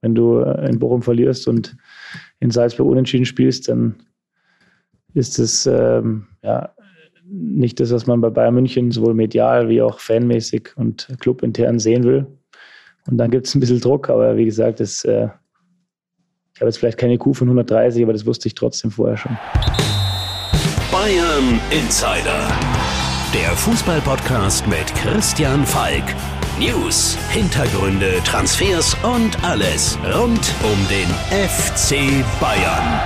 Wenn du in Bochum verlierst und in Salzburg unentschieden spielst, dann ist es nicht das, was man bei Bayern München sowohl medial wie auch fanmäßig und clubintern sehen will. Und dann gibt es ein bisschen Druck, aber wie gesagt, ich habe jetzt vielleicht keine IQ von 130, aber das wusste ich trotzdem vorher schon. Bayern Insider, der Fußball-Podcast mit Christian Falk. News, Hintergründe, Transfers und alles rund um den FC Bayern.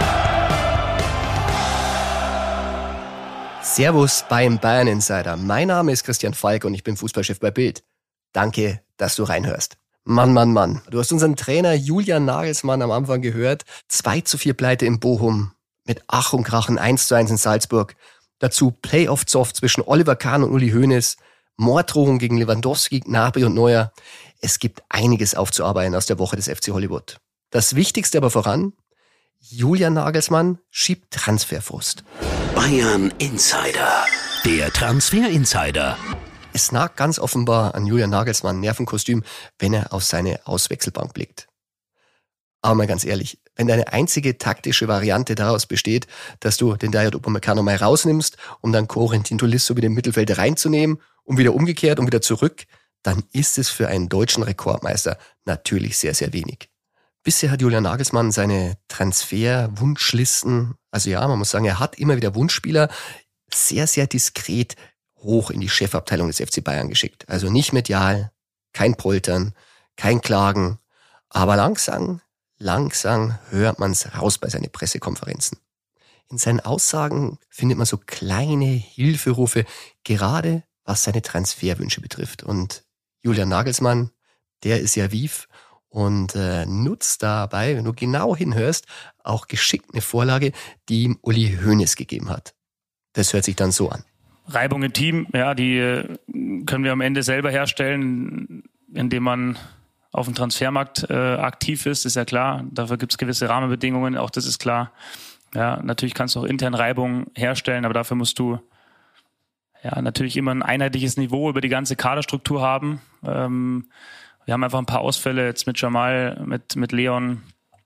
Servus beim Bayern Insider. Mein Name ist Christian Falk und ich bin Fußballchef bei Bild. Danke, dass du reinhörst. Mann. Du hast unseren Trainer Julian Nagelsmann am Anfang gehört. 2:4 Pleite in Bochum. Mit Ach und Krachen 1:1 in Salzburg. Dazu Playoff-Zoff zwischen Oliver Kahn und Uli Hoeneß. Morddrohung gegen Lewandowski, Gnabry und Neuer. Es gibt einiges aufzuarbeiten aus der Woche des FC Hollywood. Das Wichtigste aber voran, Julian Nagelsmann schiebt Transferfrust. Bayern Insider, der Transfer Insider. Es nagt ganz offenbar an Julian Nagelsmann Nervenkostüm, wenn er auf seine Auswechselbank blickt. Aber mal ganz ehrlich, wenn deine einzige taktische Variante daraus besteht, dass du den Dayot Upamecano mal rausnimmst, um dann Corentin Tolisso wieder im Mittelfeld reinzunehmen und wieder umgekehrt und wieder zurück, dann ist es für einen deutschen Rekordmeister natürlich sehr, sehr wenig. Bisher hat Julian Nagelsmann seine Transfer-Wunschlisten, also ja, man muss sagen, er hat immer wieder Wunschspieler, sehr, sehr diskret hoch in die Chefabteilung des FC Bayern geschickt. Also nicht medial, kein Poltern, kein Klagen, aber langsam hört man es raus bei seinen Pressekonferenzen. In seinen Aussagen findet man so kleine Hilferufe, gerade was seine Transferwünsche betrifft. Und Julian Nagelsmann, der ist ja Wief und nutzt dabei, wenn du genau hinhörst, auch geschickt eine Vorlage, die ihm Uli Hoeneß gegeben hat. Das hört sich dann so an. Reibung im Team, ja, die können wir am Ende selber herstellen, indem man auf dem Transfermarkt aktiv ist ja klar. Dafür gibt es gewisse Rahmenbedingungen, auch das ist klar. Ja, natürlich kannst du auch intern Reibung herstellen, aber dafür musst du natürlich immer ein einheitliches Niveau über die ganze Kaderstruktur haben. Wir haben einfach ein paar Ausfälle jetzt mit Jamal, mit Leon,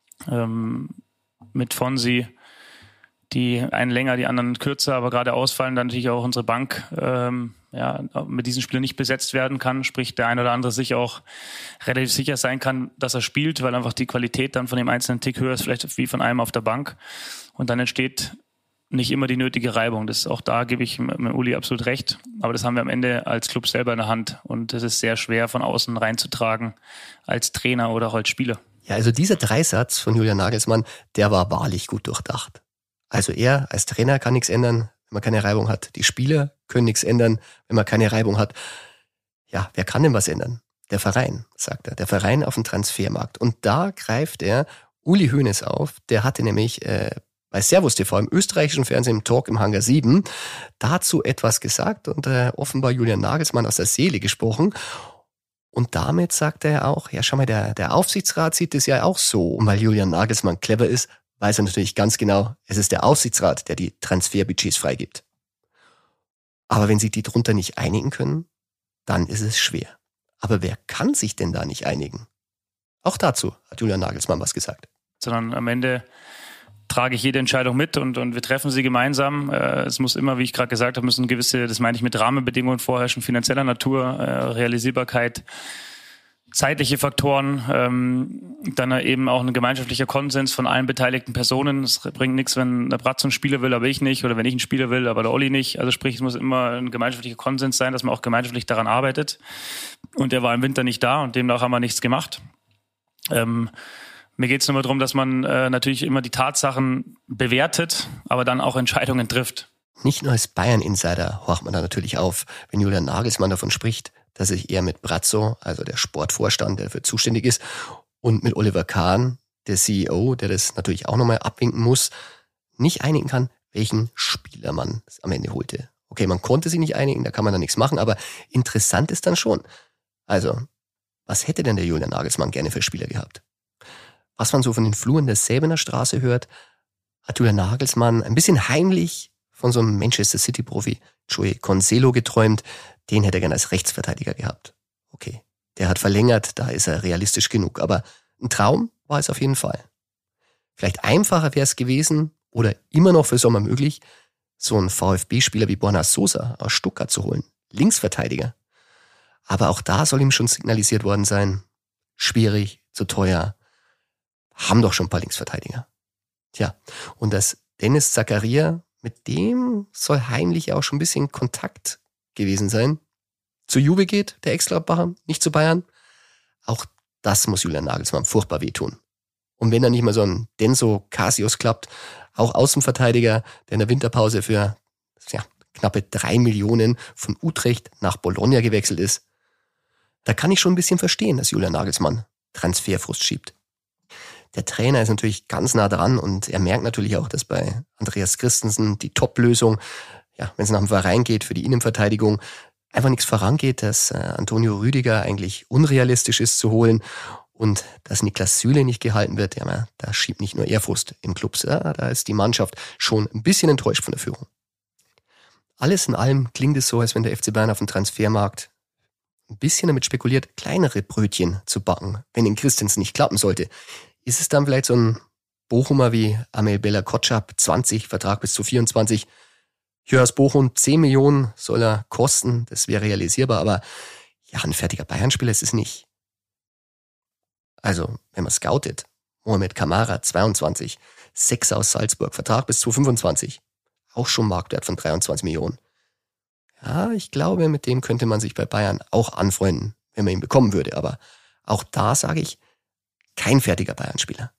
mit Fonsi, die einen länger, die anderen kürzer, aber gerade ausfallen, dann natürlich auch unsere Bank mit diesen Spielern nicht besetzt werden kann, sprich der ein oder andere sich auch relativ sicher sein kann, dass er spielt, weil einfach die Qualität dann von dem einzelnen Tick höher ist, vielleicht wie von einem auf der Bank. Und dann entsteht nicht immer die nötige Reibung. Auch da gebe ich mit Uli absolut recht. Aber das haben wir am Ende als Club selber in der Hand. Und das ist sehr schwer von außen reinzutragen als Trainer oder auch als Spieler. Ja, also dieser Dreisatz von Julian Nagelsmann, der war wahrlich gut durchdacht. Also er als Trainer kann nichts ändern, wenn man keine Reibung hat. Die Spieler können nichts ändern, wenn man keine Reibung hat. Ja, wer kann denn was ändern? Der Verein, sagt er. Der Verein auf dem Transfermarkt. Und da greift er Uli Hoeneß auf. Der hatte nämlich bei Servus TV im österreichischen Fernsehen im Talk im Hangar 7 dazu etwas gesagt und offenbar Julian Nagelsmann aus der Seele gesprochen. Und damit sagt er auch, ja schau mal, der Aufsichtsrat sieht es ja auch so. Und weil Julian Nagelsmann clever ist, weiß er natürlich ganz genau, es ist der Aufsichtsrat, der die Transferbudgets freigibt. Aber wenn sich die drunter nicht einigen können, dann ist es schwer. Aber wer kann sich denn da nicht einigen? Auch dazu hat Julian Nagelsmann was gesagt. Sondern am Ende trage ich jede Entscheidung mit und wir treffen sie gemeinsam. Es muss immer, wie ich gerade gesagt habe, müssen gewisse, das meine ich mit Rahmenbedingungen vorherrschen, finanzieller Natur, Realisierbarkeit, zeitliche Faktoren, dann eben auch ein gemeinschaftlicher Konsens von allen beteiligten Personen. Es bringt nichts, wenn der Bratz einen Spieler will, aber ich nicht, oder wenn ich einen Spieler will, aber der Olli nicht. Also sprich, es muss immer ein gemeinschaftlicher Konsens sein, dass man auch gemeinschaftlich daran arbeitet. Und der war im Winter nicht da und demnach haben wir nichts gemacht. Mir geht es nur darum, dass man natürlich immer die Tatsachen bewertet, aber dann auch Entscheidungen trifft. Nicht nur als Bayern-Insider horcht man da natürlich auf, wenn Julian Nagelsmann davon spricht, dass sich er mit Brazzo, also der Sportvorstand, der dafür zuständig ist, und mit Oliver Kahn, der CEO, der das natürlich auch nochmal abwinken muss, nicht einigen kann, welchen Spieler man am Ende holte. Okay, man konnte sich nicht einigen, da kann man dann nichts machen, aber interessant ist dann schon. Also, was hätte denn der Julian Nagelsmann gerne für Spieler gehabt? Was man so von den Fluren der Säbener Straße hört, hat Julian Nagelsmann ein bisschen heimlich von so einem Manchester City-Profi Joey Cancelo geträumt. Den hätte er gerne als Rechtsverteidiger gehabt. Okay, der hat verlängert, da ist er realistisch genug. Aber Ein Traum war es auf jeden Fall. Vielleicht einfacher wäre es gewesen oder immer noch für Sommer möglich, so einen VfB-Spieler wie Borna Sosa aus Stuttgart zu holen. Linksverteidiger. Aber auch da soll ihm schon signalisiert worden sein, schwierig, zu teuer, haben doch schon ein paar Linksverteidiger. Tja, und das Dennis Zakaria, mit dem soll heimlich auch schon ein bisschen Kontakt gewesen sein. Zu Juve geht, der Ex-Gladbacher, nicht zu Bayern. Auch das muss Julian Nagelsmann furchtbar wehtun. Und wenn dann nicht mal so ein Denso Casius klappt, auch Außenverteidiger, der in der Winterpause für knappe 3 Millionen von Utrecht nach Bologna gewechselt ist, da kann ich schon ein bisschen verstehen, dass Julian Nagelsmann Transferfrust schiebt. Der Trainer ist natürlich ganz nah dran und er merkt natürlich auch, dass bei Andreas Christensen die Top-Lösung, wenn es nach dem Verein geht, für die Innenverteidigung, einfach nichts vorangeht, dass Antonio Rüdiger eigentlich unrealistisch ist zu holen und dass Niklas Süle nicht gehalten wird. Ja, da schiebt nicht nur er Frust im Club, da ist die Mannschaft schon ein bisschen enttäuscht von der Führung. Alles in allem klingt es so, als wenn der FC Bayern auf dem Transfermarkt ein bisschen damit spekuliert, kleinere Brötchen zu backen, wenn in Christensen nicht klappen sollte. Ist es dann vielleicht so ein Bochumer wie Amel Bella Kotschap, 20, Vertrag bis zu 24? Hier aus Bochum 10 Millionen soll er kosten, das wäre realisierbar, aber ein fertiger Bayern-Spieler ist es nicht. Also, wenn man scoutet, Mohamed Kamara, 22, 6 aus Salzburg, Vertrag bis zu 25, auch schon Marktwert von 23 Millionen. Ja, ich glaube, mit dem könnte man sich bei Bayern auch anfreunden, wenn man ihn bekommen würde, aber auch da sage ich, kein fertiger Bayern-Spieler.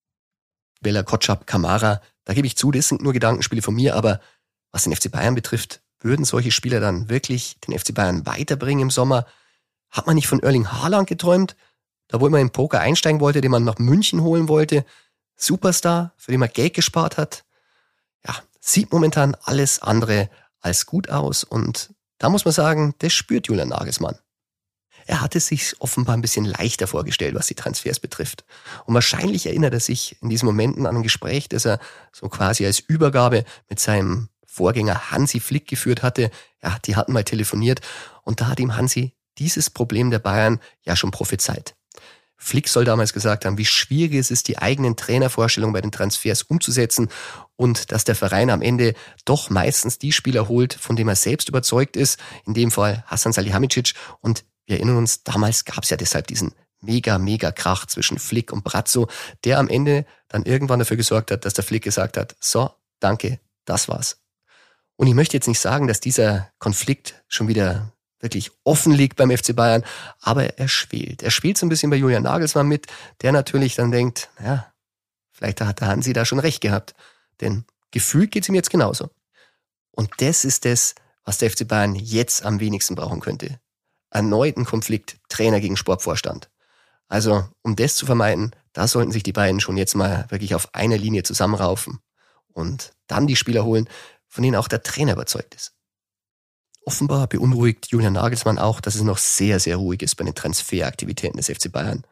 Bella Kotschap, Kamara, da gebe ich zu, das sind nur Gedankenspiele von mir, aber was den FC Bayern betrifft, würden solche Spieler dann wirklich den FC Bayern weiterbringen im Sommer? Hat man nicht von Erling Haaland geträumt? Da wo man im Poker einsteigen wollte, den man nach München holen wollte. Superstar, für den man Geld gespart hat. Ja, sieht momentan alles andere als gut aus und da muss man sagen, das spürt Julian Nagelsmann. Er hatte sich offenbar ein bisschen leichter vorgestellt, was die Transfers betrifft. Und wahrscheinlich erinnert er sich in diesen Momenten an ein Gespräch, das er so quasi als Übergabe mit seinem Vorgänger Hansi Flick geführt hatte. Ja, die hatten mal telefoniert und da hat ihm Hansi dieses Problem der Bayern ja schon prophezeit. Flick soll damals gesagt haben, wie schwierig es ist, die eigenen Trainervorstellungen bei den Transfers umzusetzen und dass der Verein am Ende doch meistens die Spieler holt, von denen er selbst überzeugt ist. In dem Fall Hasan Salihamidzic. Und wir erinnern uns, damals gab es ja deshalb diesen mega Krach zwischen Flick und Brazzo, der am Ende dann irgendwann dafür gesorgt hat, dass der Flick gesagt hat, so, danke, das war's. Und ich möchte jetzt nicht sagen, dass dieser Konflikt schon wieder wirklich offen liegt beim FC Bayern, aber er schwelt. Er schwelt so ein bisschen bei Julian Nagelsmann mit, der natürlich dann denkt, ja, vielleicht hat der Hansi da schon recht gehabt, denn gefühlt geht's ihm jetzt genauso. Und das ist das, was der FC Bayern jetzt am wenigsten brauchen könnte. Erneuten Konflikt Trainer gegen Sportvorstand. Also, um das zu vermeiden, da sollten sich die beiden schon jetzt mal wirklich auf einer Linie zusammenraufen und dann die Spieler holen, von denen auch der Trainer überzeugt ist. Offenbar beunruhigt Julian Nagelsmann auch, dass es noch sehr, sehr ruhig ist bei den Transferaktivitäten des FC Bayern.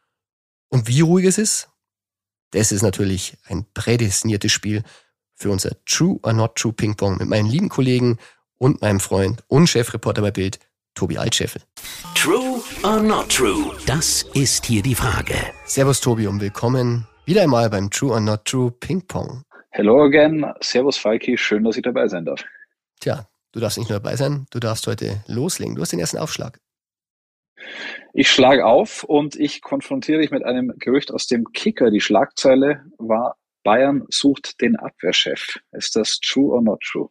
Und wie ruhig es ist? Das ist natürlich ein prädestiniertes Spiel für unser True or Not True Ping-Pong mit meinen lieben Kollegen und meinem Freund und Chefreporter bei Bild, Tobi Altscheffel. True or Not True? Das ist hier die Frage. Servus Tobi und willkommen wieder einmal beim True or Not True Ping-Pong. Hello again, servus Falki, schön, dass ich dabei sein darf. Tja, du darfst nicht nur dabei sein, du darfst heute loslegen. Du hast den ersten Aufschlag. Ich schlage auf und ich konfrontiere dich mit einem Gerücht aus dem Kicker. Die Schlagzeile war, Bayern sucht den Abwehrchef. Ist das true or not true?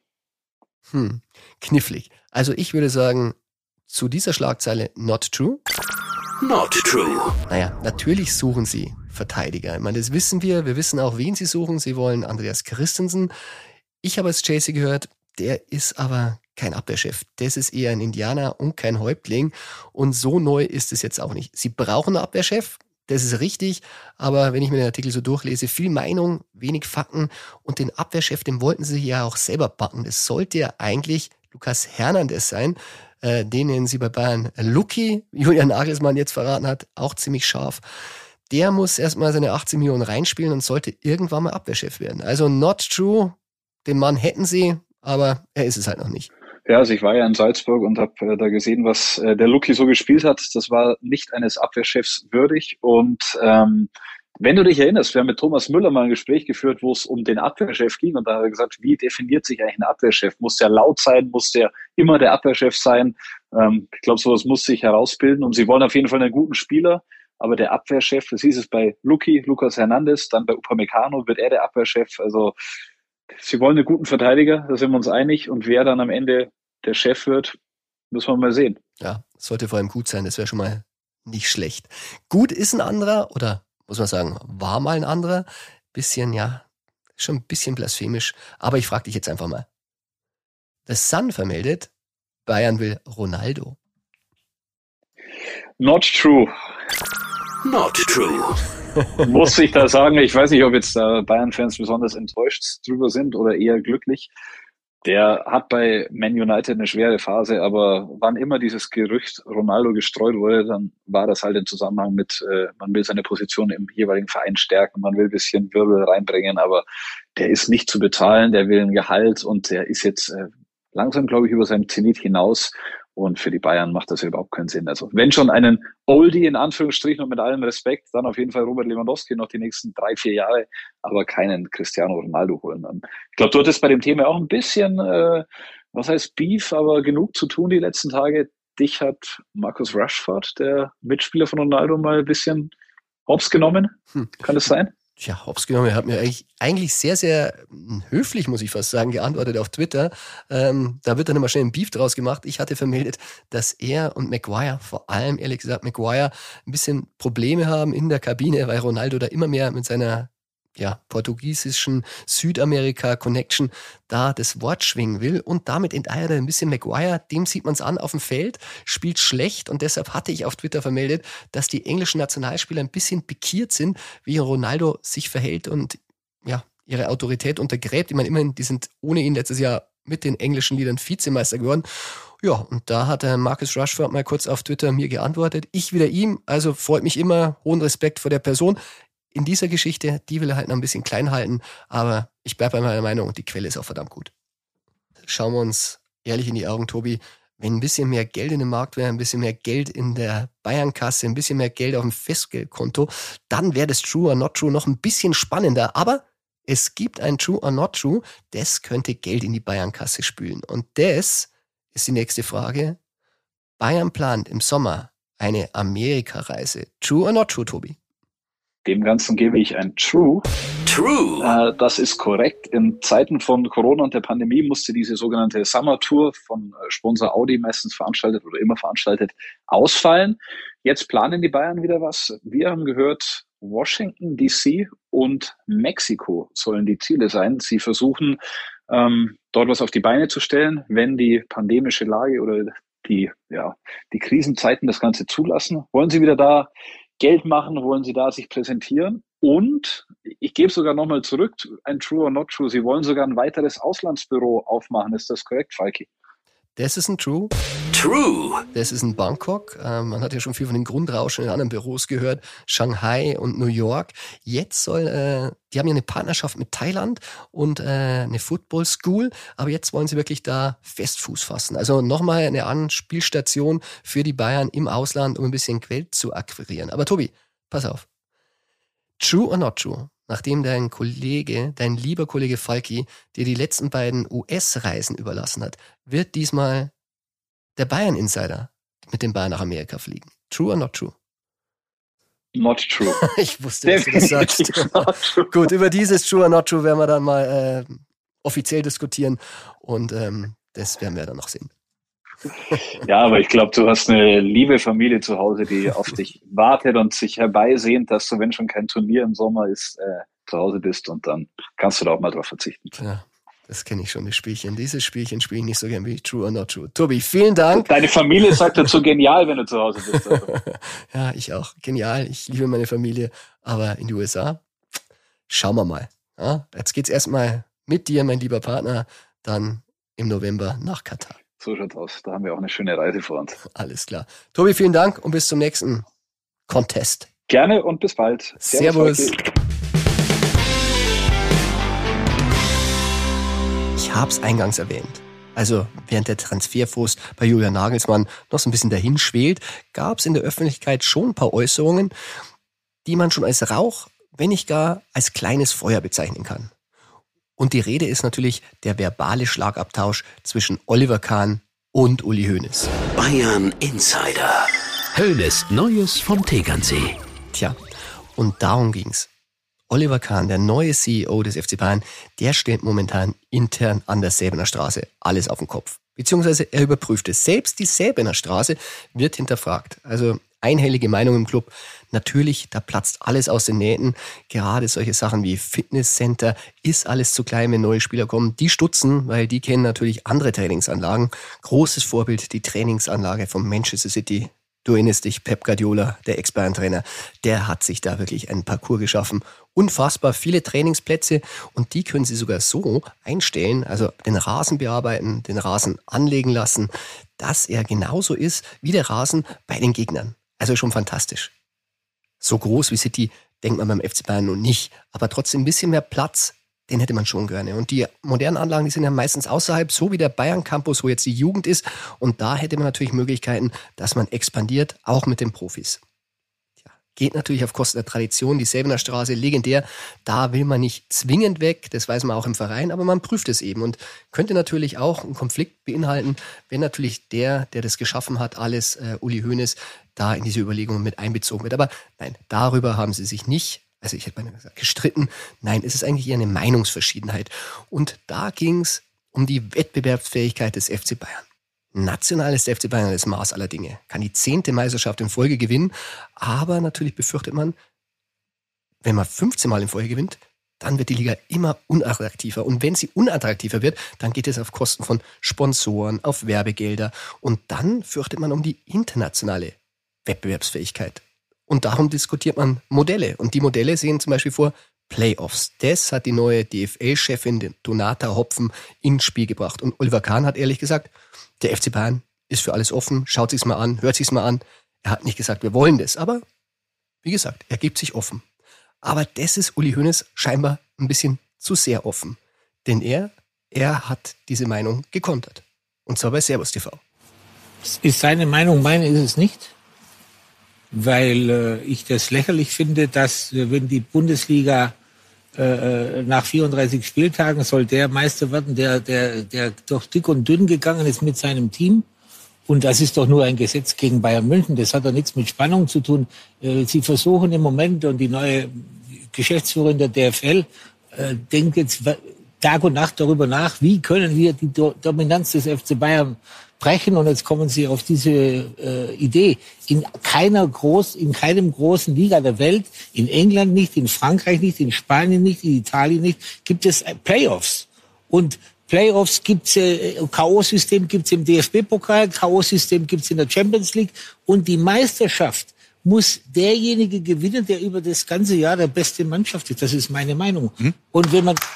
Knifflig. Also ich würde sagen, zu dieser Schlagzeile not true. Not true. Naja, natürlich suchen sie Verteidiger. Ich meine, das wissen wir. Wir wissen auch, wen sie suchen. Sie wollen Andreas Christensen. Ich habe als Chelsea gehört, der ist aber kein Abwehrchef. Das ist eher ein Indianer und kein Häuptling. Und so neu ist es jetzt auch nicht. Sie brauchen einen Abwehrchef. Das ist richtig. Aber wenn ich mir den Artikel so durchlese, viel Meinung, wenig Fakten. Und den Abwehrchef, den wollten sie ja auch selber backen. Das sollte ja eigentlich Lucas Hernandez sein. Den nennen sie bei Bayern Lucky. Julian Nagelsmann jetzt verraten hat, auch ziemlich scharf. Der muss erstmal seine 18 Millionen reinspielen und sollte irgendwann mal Abwehrchef werden. Also not true. Den Mann hätten sie, aber er ist es halt noch nicht. Ja, also ich war ja in Salzburg und habe da gesehen, was der Luki so gespielt hat. Das war nicht eines Abwehrchefs würdig. Und wenn du dich erinnerst, wir haben mit Thomas Müller mal ein Gespräch geführt, wo es um den Abwehrchef ging. Und da hat er gesagt, wie definiert sich eigentlich ein Abwehrchef? Muss der laut sein? Muss der immer der Abwehrchef sein? Ich glaube, sowas muss sich herausbilden. Und sie wollen auf jeden Fall einen guten Spieler. Aber der Abwehrchef, das hieß es bei Luki, Lucas Hernandez, dann bei Upamecano wird er der Abwehrchef. Also sie wollen einen guten Verteidiger, da sind wir uns einig. Und wer dann am Ende der Chef wird, müssen wir mal sehen. Ja, sollte vor allem gut sein, das wäre schon mal nicht schlecht. Gut ist ein anderer, oder muss man sagen, war mal ein anderer. Bisschen, ja, schon ein bisschen blasphemisch. Aber ich frage dich jetzt einfach mal. The Sun vermeldet, Bayern will Ronaldo. Not true. Not true. Muss ich da sagen, ich weiß nicht, ob jetzt Bayern-Fans besonders enttäuscht drüber sind oder eher glücklich. Der hat bei Man United eine schwere Phase, aber wann immer dieses Gerücht Ronaldo gestreut wurde, dann war das halt im Zusammenhang mit, man will seine Position im jeweiligen Verein stärken, man will ein bisschen Wirbel reinbringen, aber der ist nicht zu bezahlen, der will ein Gehalt und der ist jetzt langsam, glaube ich, über seinem Zenit hinaus. Und für die Bayern macht das ja überhaupt keinen Sinn. Also wenn schon einen Oldie in Anführungsstrichen und mit allem Respekt, dann auf jeden Fall Robert Lewandowski noch die nächsten 3-4 Jahre, aber keinen Cristiano Ronaldo holen. Ich glaube, du hattest bei dem Thema auch ein bisschen, was heißt Beef, aber genug zu tun die letzten Tage. Dich hat Marcus Rashford, der Mitspieler von Ronaldo, mal ein bisschen hops genommen. Kann das sein? Tja, hops genommen, er hat mir eigentlich sehr, sehr höflich, muss ich fast sagen, geantwortet auf Twitter. Da wird dann immer schnell ein Beef draus gemacht. Ich hatte vermeldet, dass er und Maguire, vor allem ehrlich gesagt Maguire, ein bisschen Probleme haben in der Kabine, weil Ronaldo da immer mehr mit seiner portugiesischen Südamerika-Connection da das Wort schwingen will und damit enteiert er ein bisschen Maguire, dem sieht man es an auf dem Feld, spielt schlecht und deshalb hatte ich auf Twitter vermeldet, dass die englischen Nationalspieler ein bisschen pikiert sind, wie Ronaldo sich verhält und ihre Autorität untergräbt. Ich meine, immerhin, die sind ohne ihn letztes Jahr mit den englischen Liedern Vizemeister geworden. Ja, und da hat Marcus Rashford mal kurz auf Twitter mir geantwortet. Ich wieder ihm, also freut mich immer, hohen Respekt vor der Person. In dieser Geschichte, die will er halt noch ein bisschen klein halten, aber ich bleibe bei meiner Meinung, die Quelle ist auch verdammt gut. Schauen wir uns ehrlich in die Augen, Tobi. Wenn ein bisschen mehr Geld in dem Markt wäre, ein bisschen mehr Geld in der Bayern-Kasse, ein bisschen mehr Geld auf dem Festgeldkonto, dann wäre das True or Not True noch ein bisschen spannender. Aber es gibt ein True or Not True, das könnte Geld in die Bayern-Kasse spülen. Und das ist die nächste Frage. Bayern plant im Sommer eine Amerikareise. True or Not True, Tobi? Dem Ganzen gebe ich ein True. True. Das ist korrekt. In Zeiten von Corona und der Pandemie musste diese sogenannte Summer Tour von Sponsor Audi meistens veranstaltet oder immer veranstaltet ausfallen. Jetzt planen die Bayern wieder was. Wir haben gehört, Washington DC und Mexiko sollen die Ziele sein. Sie versuchen, dort was auf die Beine zu stellen, wenn die pandemische Lage oder die Krisenzeiten das Ganze zulassen. Wollen sie wieder da Geld machen, wollen sie da sich präsentieren und ich gebe sogar nochmal zurück, ein True or Not True, sie wollen sogar ein weiteres Auslandsbüro aufmachen, ist das korrekt, Falki? Das ist ein True. True. Das ist in Bangkok. Man hat ja schon viel von den Grundrauschen in anderen Büros gehört. Shanghai und New York. Jetzt die haben ja eine Partnerschaft mit Thailand und eine Football School. Aber jetzt wollen sie wirklich da fest Fuß fassen. Also nochmal eine Anspielstation für die Bayern im Ausland, um ein bisschen Geld zu akquirieren. Aber Tobi, pass auf. True or not true? Nachdem dein lieber Kollege Falki, dir die letzten beiden US-Reisen überlassen hat, wird diesmal der Bayern-Insider mit dem Bayern nach Amerika fliegen. True or not true? Not true. Ich wusste, dass du das sagst. Gut, über dieses True or not true werden wir dann mal offiziell diskutieren und das werden wir dann noch sehen. Ja, aber ich glaube, du hast eine liebe Familie zu Hause, die auf dich wartet und sich herbeisehnt, dass du, wenn schon kein Turnier im Sommer ist, zu Hause bist und dann kannst du da auch mal drauf verzichten. Ja, das kenne ich schon, das Spielchen. Dieses Spielchen spiele ich nicht so gern wie True or Not True. Tobi, vielen Dank. Deine Familie sagt dazu genial, wenn du zu Hause bist. Also. Ja, ich auch. Genial. Ich liebe meine Familie. Aber in die USA, schauen wir mal. Ja, jetzt geht's erstmal mit dir, mein lieber Partner, dann im November nach Katar. So schaut's aus. Da haben wir auch eine schöne Reise vor uns. Alles klar. Tobi, vielen Dank und bis zum nächsten Contest. Gerne und bis bald. Servus. Ich hab's eingangs erwähnt. Also während der Transferfrust bei Julian Nagelsmann noch so ein bisschen dahin schwelt, gab es in der Öffentlichkeit schon ein paar Äußerungen, die man schon als Rauch, wenn nicht gar als kleines Feuer bezeichnen kann. Und die Rede ist natürlich der verbale Schlagabtausch zwischen Oliver Kahn und Uli Hoeneß. Bayern Insider. Hoeneß Neues vom Tegernsee. Tja, und darum ging's. Oliver Kahn, der neue CEO des FC Bayern, der stellt momentan intern an der Säbener Straße alles auf den Kopf. Beziehungsweise er überprüft es. Selbst die Säbener Straße wird hinterfragt. Also einhellige Meinung im Club. Natürlich, da platzt alles aus den Nähten. Gerade solche Sachen wie Fitnesscenter, ist alles zu klein, wenn neue Spieler kommen. Die stutzen, weil die kennen natürlich andere Trainingsanlagen. Großes Vorbild, die Trainingsanlage von Manchester City. Du erinnerst dich, Pep Guardiola, der Ex-Bayern-Trainer, der hat sich da wirklich einen Parcours geschaffen. Unfassbar viele Trainingsplätze und die können sie sogar so einstellen, also den Rasen bearbeiten, den Rasen anlegen lassen, dass er genauso ist wie der Rasen bei den Gegnern. Also schon fantastisch. So groß wie City denkt man beim FC Bayern nun nicht, aber trotzdem ein bisschen mehr Platz, den hätte man schon gerne. Und die modernen Anlagen, die sind ja meistens außerhalb, so wie der Bayern Campus, wo jetzt die Jugend ist. Und da hätte man natürlich Möglichkeiten, dass man expandiert, auch mit den Profis. Ja, geht natürlich auf Kosten der Tradition, die Säbener Straße, legendär. Da will man nicht zwingend weg, das weiß man auch im Verein, aber man prüft es eben. Und könnte natürlich auch einen Konflikt beinhalten, wenn natürlich der das geschaffen hat, alles, Uli Hoeneß, da in diese Überlegungen mit einbezogen wird. Aber nein, darüber haben sie sich nicht, also ich hätte mal gesagt, gestritten. Nein, es ist eigentlich eher eine Meinungsverschiedenheit. Und da ging es um die Wettbewerbsfähigkeit des FC Bayern. National ist der FC Bayern das Maß aller Dinge. Kann die 10. Meisterschaft in Folge gewinnen. Aber natürlich befürchtet man, wenn man 15 Mal in Folge gewinnt, dann wird die Liga immer unattraktiver. Und wenn sie unattraktiver wird, dann geht es auf Kosten von Sponsoren, auf Werbegelder. Und dann fürchtet man um die internationale Wettbewerbsfähigkeit. Und darum diskutiert man Modelle. Und die Modelle sehen zum Beispiel vor Playoffs. Das hat die neue DFL-Chefin Donata Hopfen ins Spiel gebracht. Und Oliver Kahn hat ehrlich gesagt, der FC Bayern ist für alles offen, schaut sich's mal an, hört sich's mal an. Er hat nicht gesagt, wir wollen das. Aber wie gesagt, er gibt sich offen. Aber das ist Uli Hoeneß scheinbar ein bisschen zu sehr offen. Denn er hat diese Meinung gekontert. Und zwar bei Servus TV. Das ist seine Meinung, meine ist es nicht. Weil ich das lächerlich finde, dass wenn die Bundesliga nach 34 Spieltagen soll der Meister werden, der durch dick und dünn gegangen ist mit seinem Team. Und das ist doch nur ein Gesetz gegen Bayern München. Das hat doch nichts mit Spannung zu tun. Sie versuchen im Moment, und die neue Geschäftsführerin der DFL denkt jetzt Tag und Nacht darüber nach, wie können wir die Dominanz des FC Bayern brechen. Und jetzt kommen sie auf diese Idee. In keinem großen Liga der Welt, in England nicht, in Frankreich nicht, in Spanien nicht, in Italien nicht, gibt es Playoffs. Und Playoffs gibt's, K.O.-System gibt's im DFB-Pokal, K.O.-System gibt's in der Champions League. Und die Meisterschaft muss derjenige gewinnen, der über das ganze Jahr der beste Mannschaft ist. Das ist meine Meinung. Und wenn man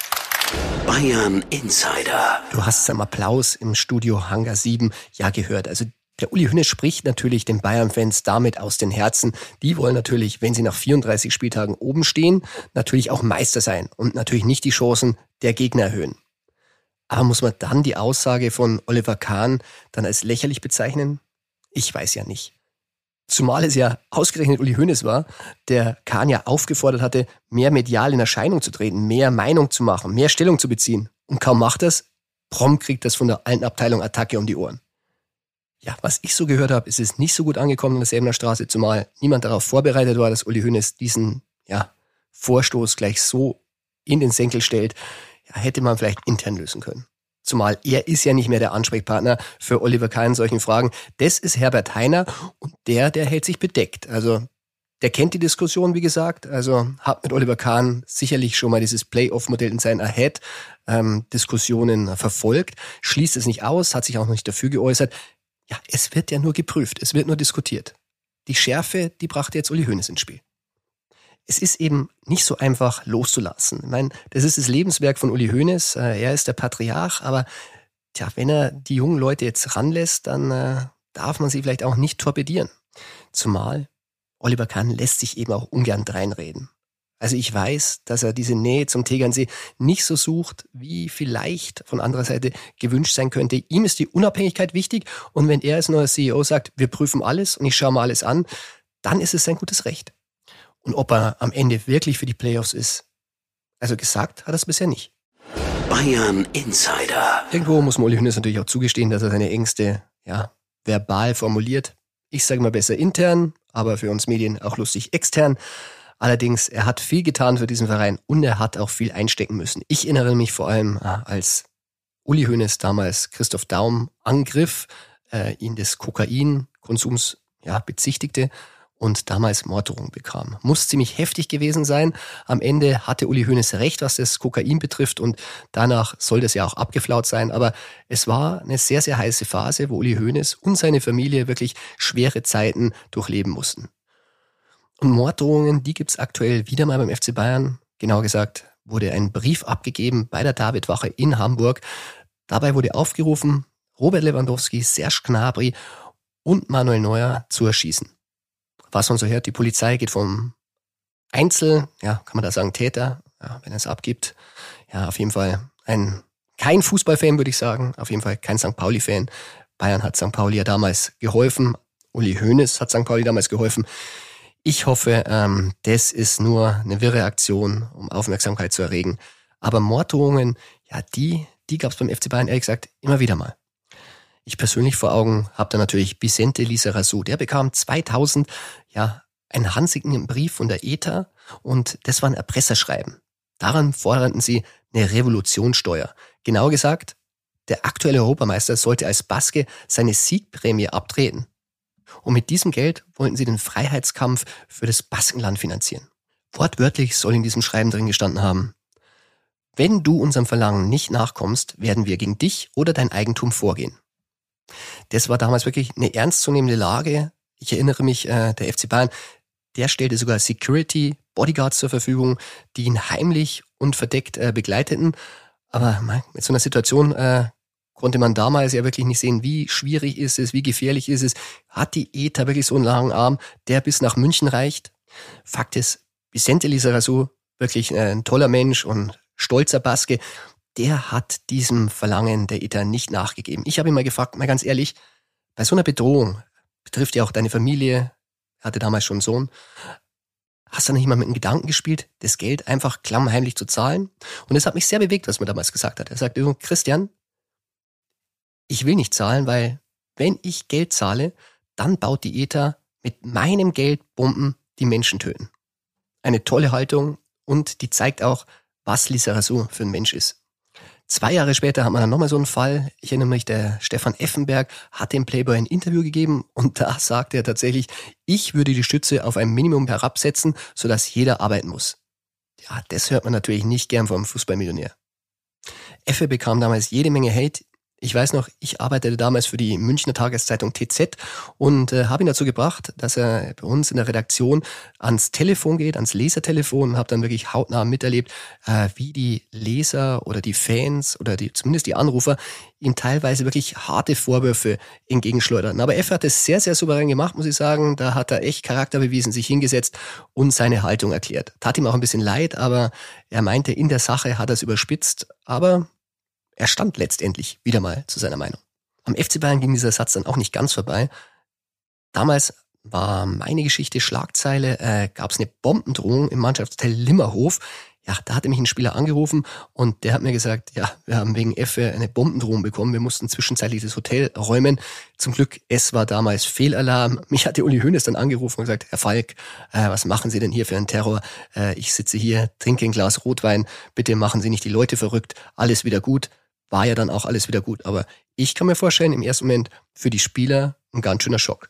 Bayern Insider. Du hast es am Applaus im Studio Hangar 7 ja gehört. Also der Uli Hoeneß spricht natürlich den Bayern-Fans damit aus den Herzen. Die wollen natürlich, wenn sie nach 34 Spieltagen oben stehen, natürlich auch Meister sein und natürlich nicht die Chancen der Gegner erhöhen. Aber muss man dann die Aussage von Oliver Kahn dann als lächerlich bezeichnen? Ich weiß ja nicht. Zumal es ja ausgerechnet Uli Hoeneß war, der Kahn ja aufgefordert hatte, mehr medial in Erscheinung zu treten, mehr Meinung zu machen, mehr Stellung zu beziehen. Und kaum macht das, prompt kriegt das von der alten Abteilung Attacke um die Ohren. Ja, was ich so gehört habe, ist es nicht so gut angekommen in der Säbener Straße, zumal niemand darauf vorbereitet war, dass Uli Hoeneß diesen Vorstoß gleich so in den Senkel stellt. Ja, hätte man vielleicht intern lösen können. Zumal er ist ja nicht mehr der Ansprechpartner für Oliver Kahn in solchen Fragen. Das ist Herbert Hainer und der hält sich bedeckt. Also der kennt die Diskussion, wie gesagt. Also hat mit Oliver Kahn sicherlich schon mal dieses Playoff-Modell in seinen Ahead-Diskussionen verfolgt. Schließt es nicht aus, hat sich auch noch nicht dafür geäußert. Ja, es wird ja nur geprüft, es wird nur diskutiert. Die Schärfe, die brachte jetzt Uli Hoeneß ins Spiel. Es ist eben nicht so einfach loszulassen. Ich meine, das ist das Lebenswerk von Uli Hoeneß. Er ist der Patriarch, aber wenn er die jungen Leute jetzt ranlässt, dann darf man sie vielleicht auch nicht torpedieren. Zumal Oliver Kahn lässt sich eben auch ungern dreinreden. Also ich weiß, dass er diese Nähe zum Tegernsee nicht so sucht, wie vielleicht von anderer Seite gewünscht sein könnte. Ihm ist die Unabhängigkeit wichtig und wenn er als neuer CEO sagt, wir prüfen alles und ich schaue mir alles an, dann ist es sein gutes Recht. Und ob er am Ende wirklich für die Playoffs ist, also gesagt hat er es bisher nicht. Bayern Insider. Irgendwo muss Uli Hoeneß natürlich auch zugestehen, dass er seine Ängste verbal formuliert. Ich sage mal besser intern, aber für uns Medien auch lustig extern. Allerdings, er hat viel getan für diesen Verein und er hat auch viel einstecken müssen. Ich erinnere mich vor allem, als Uli Hoeneß damals Christoph Daum angriff, ihn des Kokainkonsums bezichtigte und damals Morddrohungen bekam. Muss ziemlich heftig gewesen sein. Am Ende hatte Uli Hoeneß recht, was das Kokain betrifft und danach soll das ja auch abgeflaut sein. Aber es war eine sehr, sehr heiße Phase, wo Uli Hoeneß und seine Familie wirklich schwere Zeiten durchleben mussten. Und Morddrohungen, die gibt's aktuell wieder mal beim FC Bayern. Genauer gesagt wurde ein Brief abgegeben bei der Davidwache in Hamburg. Dabei wurde aufgerufen, Robert Lewandowski, Serge Gnabry und Manuel Neuer zu erschießen. Was man so hört, die Polizei geht vom kann man da sagen, Täter, wenn er es abgibt. Ja, auf jeden Fall kein Fußballfan, würde ich sagen. Auf jeden Fall kein St. Pauli-Fan. Bayern hat St. Pauli ja damals geholfen. Uli Hoeneß hat St. Pauli damals geholfen. Ich hoffe, das ist nur eine wirre Aktion, um Aufmerksamkeit zu erregen. Aber Morddrohungen, die gab es beim FC Bayern ehrlich gesagt immer wieder mal. Ich persönlich vor Augen habe da natürlich Vicente Lizarazu. Der bekam 2000 einen handsignigen Brief von der ETA und das war ein Erpresserschreiben. Daran forderten sie eine Revolutionssteuer. Genauer gesagt, der aktuelle Europameister sollte als Baske seine Siegprämie abtreten. Und mit diesem Geld wollten sie den Freiheitskampf für das Baskenland finanzieren. Wortwörtlich soll in diesem Schreiben drin gestanden haben: Wenn du unserem Verlangen nicht nachkommst, werden wir gegen dich oder dein Eigentum vorgehen. Das war damals wirklich eine ernstzunehmende Lage. Ich erinnere mich, der FC Bayern, der stellte sogar Security, Bodyguards zur Verfügung, die ihn heimlich und verdeckt begleiteten. Aber mit so einer Situation konnte man damals ja wirklich nicht sehen, wie schwierig ist es, wie gefährlich ist es. Hat die ETA wirklich so einen langen Arm, der bis nach München reicht? Fakt ist, Vicente Lizarazu, wirklich ein toller Mensch und stolzer Baske, der hat diesem Verlangen der ETA nicht nachgegeben. Ich habe ihn mal gefragt, mal ganz ehrlich, bei so einer Bedrohung, betrifft ja auch deine Familie, er hatte damals schon einen Sohn, hast du nicht mal mit dem Gedanken gespielt, das Geld einfach klammheimlich zu zahlen? Und das hat mich sehr bewegt, was man damals gesagt hat. Er sagte, Christian, ich will nicht zahlen, weil wenn ich Geld zahle, dann baut die ETA mit meinem Geld Bomben, die Menschen töten. Eine tolle Haltung und die zeigt auch, was Lizarazu für ein Mensch ist. 2 Jahre später hat man dann nochmal so einen Fall. Ich erinnere mich, der Stefan Effenberg hat dem Playboy ein Interview gegeben und da sagte er tatsächlich, ich würde die Stütze auf ein Minimum herabsetzen, sodass jeder arbeiten muss. Ja, das hört man natürlich nicht gern vom Fußballmillionär. Effe bekam damals jede Menge Hate. Ich weiß noch, ich arbeitete damals für die Münchner Tageszeitung TZ und habe ihn dazu gebracht, dass er bei uns in der Redaktion ans Telefon geht, ans Lesertelefon und habe dann wirklich hautnah miterlebt, wie die Leser oder die Fans oder zumindest die Anrufer ihm teilweise wirklich harte Vorwürfe entgegenschleuderten. Aber Effe hat es sehr, sehr souverän gemacht, muss ich sagen. Da hat er echt Charakter bewiesen, sich hingesetzt und seine Haltung erklärt. Tat ihm auch ein bisschen leid, aber er meinte, in der Sache hat er es überspitzt, aber er stand letztendlich wieder mal zu seiner Meinung. Am FC Bayern ging dieser Satz dann auch nicht ganz vorbei. Damals war meine Geschichte Schlagzeile, gab es eine Bombendrohung im Mannschaftshotel Limmerhof. Ja, da hatte mich ein Spieler angerufen und der hat mir gesagt, ja, wir haben wegen Effe eine Bombendrohung bekommen. Wir mussten zwischenzeitlich das Hotel räumen. Zum Glück, es war damals Fehlalarm. Mich hatte Uli Hoeneß dann angerufen und gesagt, Herr Falk, was machen Sie denn hier für einen Terror? Ich sitze hier, trinke ein Glas Rotwein. Bitte machen Sie nicht die Leute verrückt. Alles wieder gut. War ja dann auch alles wieder gut. Aber ich kann mir vorstellen, im ersten Moment für die Spieler ein ganz schöner Schock.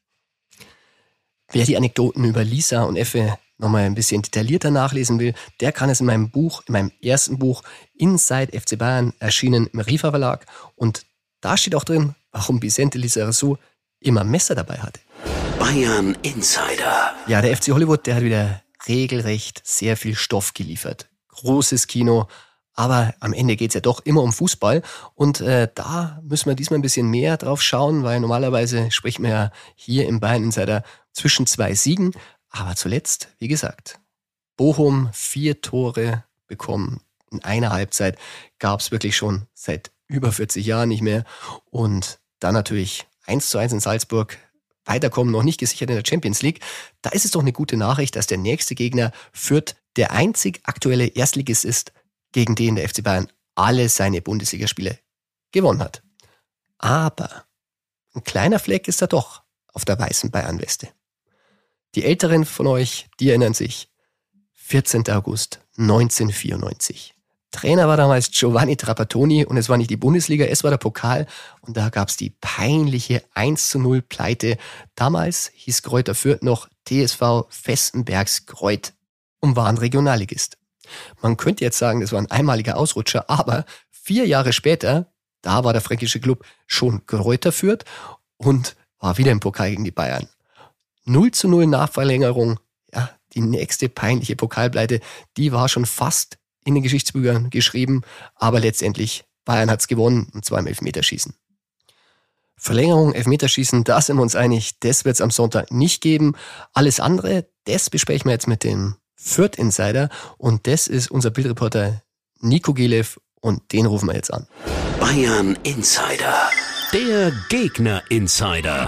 Wer die Anekdoten über Lisa und Effe nochmal ein bisschen detaillierter nachlesen will, der kann es in meinem ersten Buch Inside FC Bayern, erschienen im Rifa Verlag. Und da steht auch drin, warum Vicente Lizarazu immer Messer dabei hatte. Bayern Insider. Ja, der FC Hollywood, der hat wieder regelrecht sehr viel Stoff geliefert. Großes Kino. Aber am Ende geht's ja doch immer um Fußball und da müssen wir diesmal ein bisschen mehr drauf schauen, weil normalerweise spricht man ja hier im Bayern Insider zwischen 2 Siegen. Aber zuletzt, wie gesagt, Bochum 4 Tore bekommen. In einer Halbzeit gab es wirklich schon seit über 40 Jahren nicht mehr. Und dann natürlich 1:1 in Salzburg. Weiterkommen noch nicht gesichert in der Champions League. Da ist es doch eine gute Nachricht, dass der nächste Gegner Fürth der einzig aktuelle Erstligist ist, gegen den der FC Bayern alle seine Bundesligaspiele gewonnen hat. Aber ein kleiner Fleck ist da doch auf der weißen Bayern-Weste. Die Älteren von euch, die erinnern sich. 14. August 1994. Trainer war damals Giovanni Trapattoni und es war nicht die Bundesliga, es war der Pokal und da gab es die peinliche 1:0 Pleite. Damals hieß Greuther Fürth noch TSV Vestenbergs Greuth und war ein Regionalligist. Man könnte jetzt sagen, das war ein einmaliger Ausrutscher, aber 4 Jahre später, da war der fränkische Club schon Greuther Fürth und war wieder im Pokal gegen die Bayern. 0:0 Nachverlängerung, ja, die nächste peinliche Pokalpleite, die war schon fast in den Geschichtsbüchern geschrieben, aber letztendlich Bayern hat's gewonnen und zwar im Elfmeterschießen. Verlängerung, Elfmeterschießen, da sind wir uns einig, das wird's am Sonntag nicht geben. Alles andere, das besprechen wir jetzt mit dem Fürth-Insider und das ist unser Bildreporter Nico Gelev und den rufen wir jetzt an. Bayern Insider. Der Gegner Insider.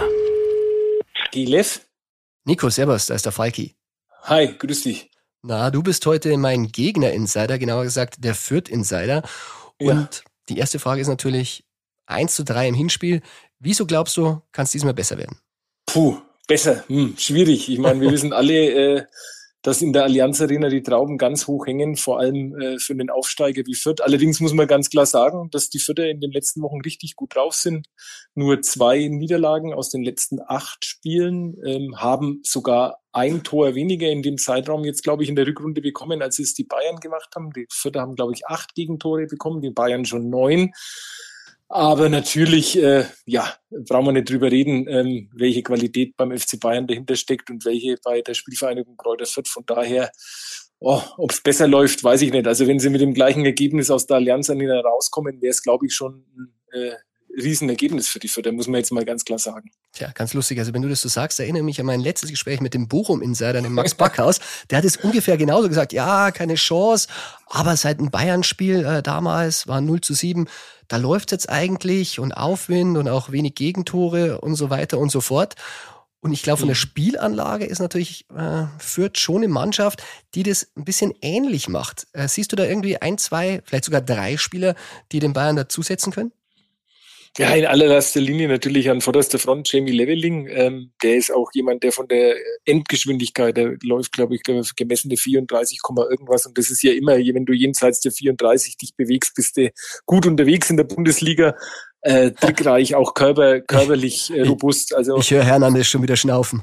Gelev? Nico, servus, da ist der Falki. Hi, grüß dich. Na, du bist heute mein Gegner-Insider, genauer gesagt der Fürth-Insider. Und Ja. die erste Frage ist natürlich 1:3 im Hinspiel. Wieso glaubst du, kann es diesmal besser werden? Puh, besser. Schwierig. Ich meine, wir wissen alle, dass in der Allianz Arena die Trauben ganz hoch hängen, vor allem für den Aufsteiger wie Fürth. Allerdings muss man ganz klar sagen, dass die Fürther in den letzten Wochen richtig gut drauf sind. Nur 2 Niederlagen aus den letzten 8 Spielen, haben sogar ein Tor weniger in dem Zeitraum jetzt, glaube ich, in der Rückrunde bekommen, als es die Bayern gemacht haben. Die Fürther haben, glaube ich, 8 Gegentore bekommen, die Bayern schon 9. Aber natürlich, brauchen wir nicht drüber reden, welche Qualität beim FC Bayern dahinter steckt und welche bei der Spielvereinigung Greuther Fürth. Von daher, ob es besser läuft, weiß ich nicht. Also wenn sie mit dem gleichen Ergebnis aus der Allianz Arena rauskommen, wäre es, glaube ich, schon ein Riesenergebnis für die Fürther, muss man jetzt mal ganz klar sagen. Tja, ganz lustig. Also wenn du das so sagst, erinnere mich an mein letztes Gespräch mit dem Bochum-Insider, dem Max Backhaus. Der hat es ungefähr genauso gesagt. Ja, keine Chance. Aber seit dem Bayern-Spiel damals war 0:7. Da läuft es jetzt eigentlich und Aufwind und auch wenig Gegentore und so weiter und so fort. Und ich glaube, von der Spielanlage ist natürlich Fürth schon eine Mannschaft, die das ein bisschen ähnlich macht. Siehst du da irgendwie 1, 2, vielleicht sogar 3 Spieler, die den Bayern dazusetzen können? Ja, in allererster Linie natürlich an vorderster Front Jamie Leveling. Der ist auch jemand, der von der Endgeschwindigkeit, der läuft, glaube ich, gemessene 34, irgendwas. Und das ist ja immer, wenn du jenseits der 34 dich bewegst, bist du gut unterwegs in der Bundesliga. Trickreich, auch körperlich robust. Also ich höre Hernandez schon wieder schnaufen.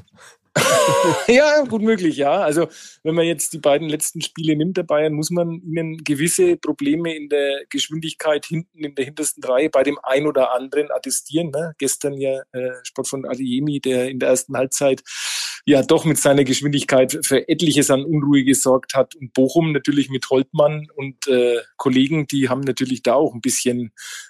Ja, gut möglich, ja. Also wenn man jetzt die beiden letzten Spiele nimmt der Bayern, muss man ihnen gewisse Probleme in der Geschwindigkeit hinten in der hintersten Reihe bei dem ein oder anderen attestieren. Ne? Gestern ja Sport von Adeyemi, der in der ersten Halbzeit ja doch mit seiner Geschwindigkeit für etliches an Unruhe gesorgt hat. Und Bochum natürlich mit Holtmann und Kollegen, die haben natürlich da auch ein bisschen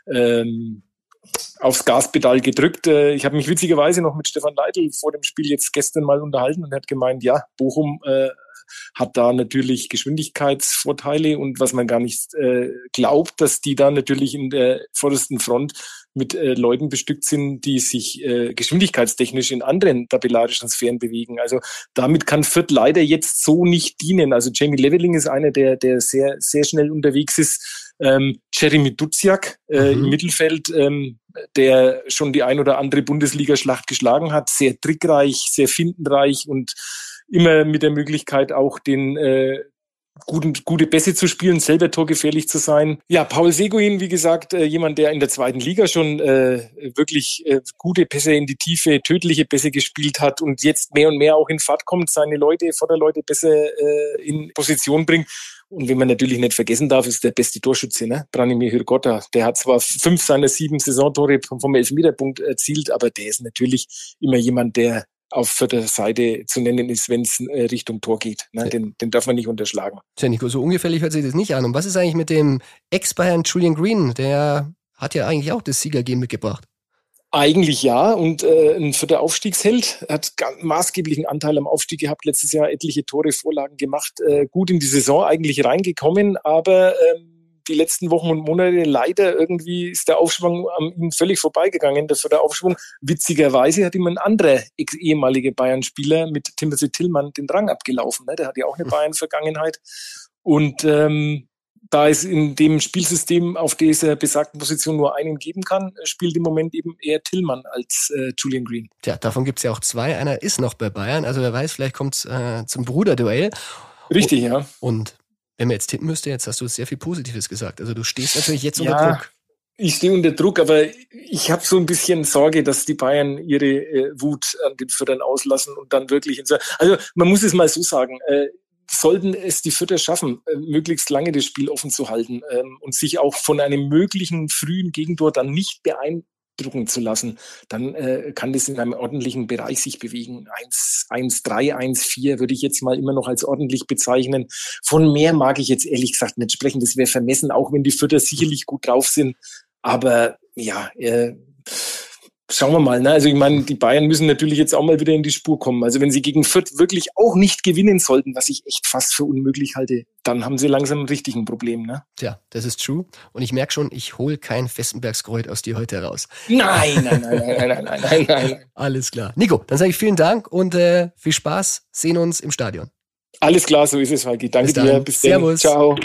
aufs Gaspedal gedrückt. Ich habe mich witzigerweise noch mit Stefan Leitl vor dem Spiel jetzt gestern mal unterhalten und er hat gemeint, ja, Bochum hat da natürlich Geschwindigkeitsvorteile und was man gar nicht glaubt, dass die da natürlich in der vordersten Front mit Leuten bestückt sind, die sich geschwindigkeitstechnisch in anderen tabellarischen Sphären bewegen. Also damit kann Fürth leider jetzt so nicht dienen. Also Jamie Leveling ist einer, der sehr, sehr schnell unterwegs ist. Jeremy Duziak im Mittelfeld, der schon die ein oder andere Bundesliga-Schlacht geschlagen hat, sehr trickreich, sehr findenreich und immer mit der Möglichkeit auch den gute Pässe zu spielen, selber torgefährlich zu sein. Ja, Paul Seguin, wie gesagt, jemand, der in der zweiten Liga schon wirklich gute Pässe in die Tiefe, tödliche Pässe gespielt hat und jetzt mehr und mehr auch in Fahrt kommt, seine Vorderleute besser in Position bringt. Und wenn man natürlich nicht vergessen darf, ist der beste Torschütze, ne? Branimir Hrgota. Der hat zwar 5 seiner 7 Saisontore vom Elfmeterpunkt erzielt, aber der ist natürlich immer jemand, der auf vierter Seite zu nennen ist, wenn es Richtung Tor geht. Ne? Den darf man nicht unterschlagen. Tja, Nico, so ungefährlich hört sich das nicht an. Und was ist eigentlich mit dem Ex-Bayern Julian Green? Der hat ja eigentlich auch das Siegergehen mitgebracht. Eigentlich ja, und ein vierter Aufstiegsheld, hat maßgeblichen Anteil am Aufstieg gehabt, letztes Jahr etliche Tore, Vorlagen gemacht, gut in die Saison eigentlich reingekommen, aber die letzten Wochen und Monate leider irgendwie ist der Aufschwung an ihm völlig vorbeigegangen. Das war der Aufschwung. Witzigerweise hat ihm ein anderer ehemaliger Bayern-Spieler mit Timothy Tillmann den Rang abgelaufen. Ne? Der hat ja auch eine Bayern-Vergangenheit. Und da es in dem Spielsystem auf dieser besagten Position nur einen geben kann, spielt im Moment eben eher Tillmann als Julian Green. Tja, davon gibt es ja auch zwei. Einer ist noch bei Bayern. Also wer weiß, vielleicht kommt es zum Bruderduell. Richtig, ja. Und wenn man jetzt tippen müsste, jetzt hast du sehr viel Positives gesagt. Also du stehst natürlich jetzt unter Druck. Ich stehe unter Druck, aber ich habe so ein bisschen Sorge, dass die Bayern ihre Wut an den Viertern auslassen und dann wirklich... Also man muss es mal so sagen, sollten es die Vierter schaffen, möglichst lange das Spiel offen zu halten und sich auch von einem möglichen frühen Gegentor dann nicht beeindrucken zu lassen, dann kann das in einem ordentlichen Bereich sich bewegen. 1-3, 1-4 würde ich jetzt mal immer noch als ordentlich bezeichnen. Von mehr mag ich jetzt ehrlich gesagt nicht sprechen. Das wäre vermessen, auch wenn die Vierter sicherlich gut drauf sind. Aber ja, schauen wir mal. Ne? Also ich meine, die Bayern müssen natürlich jetzt auch mal wieder in die Spur kommen. Also wenn sie gegen Fürth wirklich auch nicht gewinnen sollten, was ich echt fast für unmöglich halte, dann haben sie langsam ein richtiges Problem. Ne? Tja, das ist true. Und ich merke schon, ich hole kein Festenbergskreuz aus dir heute heraus. Nein. Alles klar. Nico, dann sage ich vielen Dank und viel Spaß. Sehen uns im Stadion. Alles klar, so ist es, Falki. Danke dir. Bis dann. Servus. Ciao.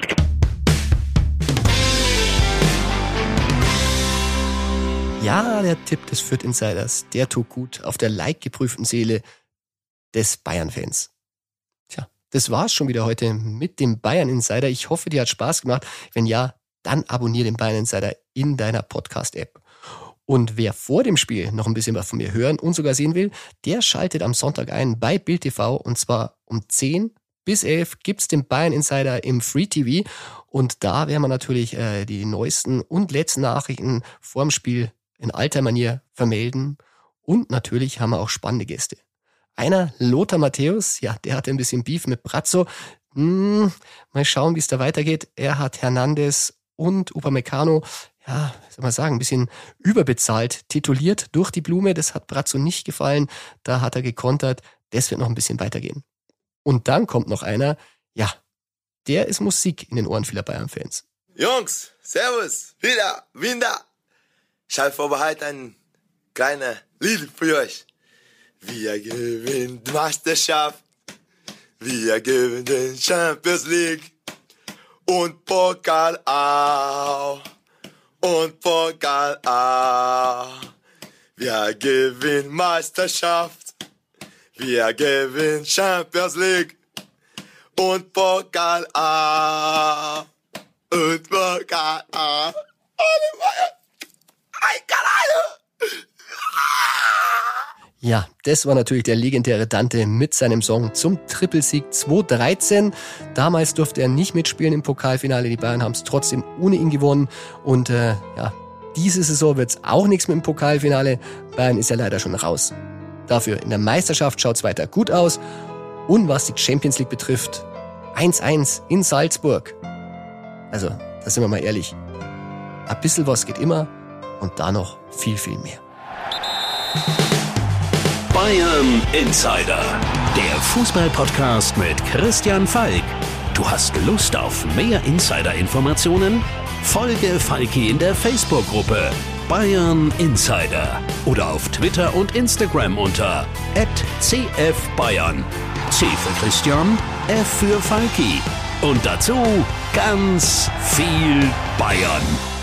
Ja, der Tipp des Fürth Insiders, der tut gut auf der like-geprüften Seele des Bayern-Fans. Tja, das war's schon wieder heute mit dem Bayern Insider. Ich hoffe, dir hat Spaß gemacht. Wenn ja, dann abonniere den Bayern Insider in deiner Podcast-App. Und wer vor dem Spiel noch ein bisschen was von mir hören und sogar sehen will, der schaltet am Sonntag ein bei Bild TV und zwar um 10 bis 11 gibt's den Bayern Insider im Free TV und da werden wir natürlich die neuesten und letzten Nachrichten vorm Spiel in alter Manier vermelden. Und natürlich haben wir auch spannende Gäste. Einer, Lothar Matthäus, ja, der hatte ein bisschen Beef mit Brazzo. Mal schauen, wie es da weitergeht. Er hat Hernandez und Upamecano, ja, soll man sagen, ein bisschen überbezahlt, tituliert durch die Blume. Das hat Brazzo nicht gefallen. Da hat er gekontert. Das wird noch ein bisschen weitergehen. Und dann kommt noch einer, ja, der ist Musik in den Ohren vieler Bayern-Fans. Jungs, servus, wieder. Ich habe vorbereitet ein kleines Lied für euch. Wir gewinnen die Meisterschaft, wir gewinnen den Champions League und Pokal auch, Wir gewinnen Meisterschaft, wir gewinnen Champions League und Pokal auch, Alle Bayern! Ja, das war natürlich der legendäre Dante mit seinem Song zum Trippelsieg 2013. Damals durfte er nicht mitspielen im Pokalfinale. Die Bayern haben es trotzdem ohne ihn gewonnen. Und diese Saison wird es auch nichts mit dem Pokalfinale. Bayern ist ja leider schon raus. Dafür in der Meisterschaft schaut es weiter gut aus. Und was die Champions League betrifft, 1-1 in Salzburg. Also, da sind wir mal ehrlich. Ein bisschen was geht immer. Und da noch viel, viel mehr. Bayern Insider, der Fußball-Podcast mit Christian Falk. Du hast Lust auf mehr Insider-Informationen? Folge Falki in der Facebook-Gruppe Bayern Insider oder auf Twitter und Instagram unter @CFBayern. C für Christian, F für Falki. Und dazu ganz viel Bayern.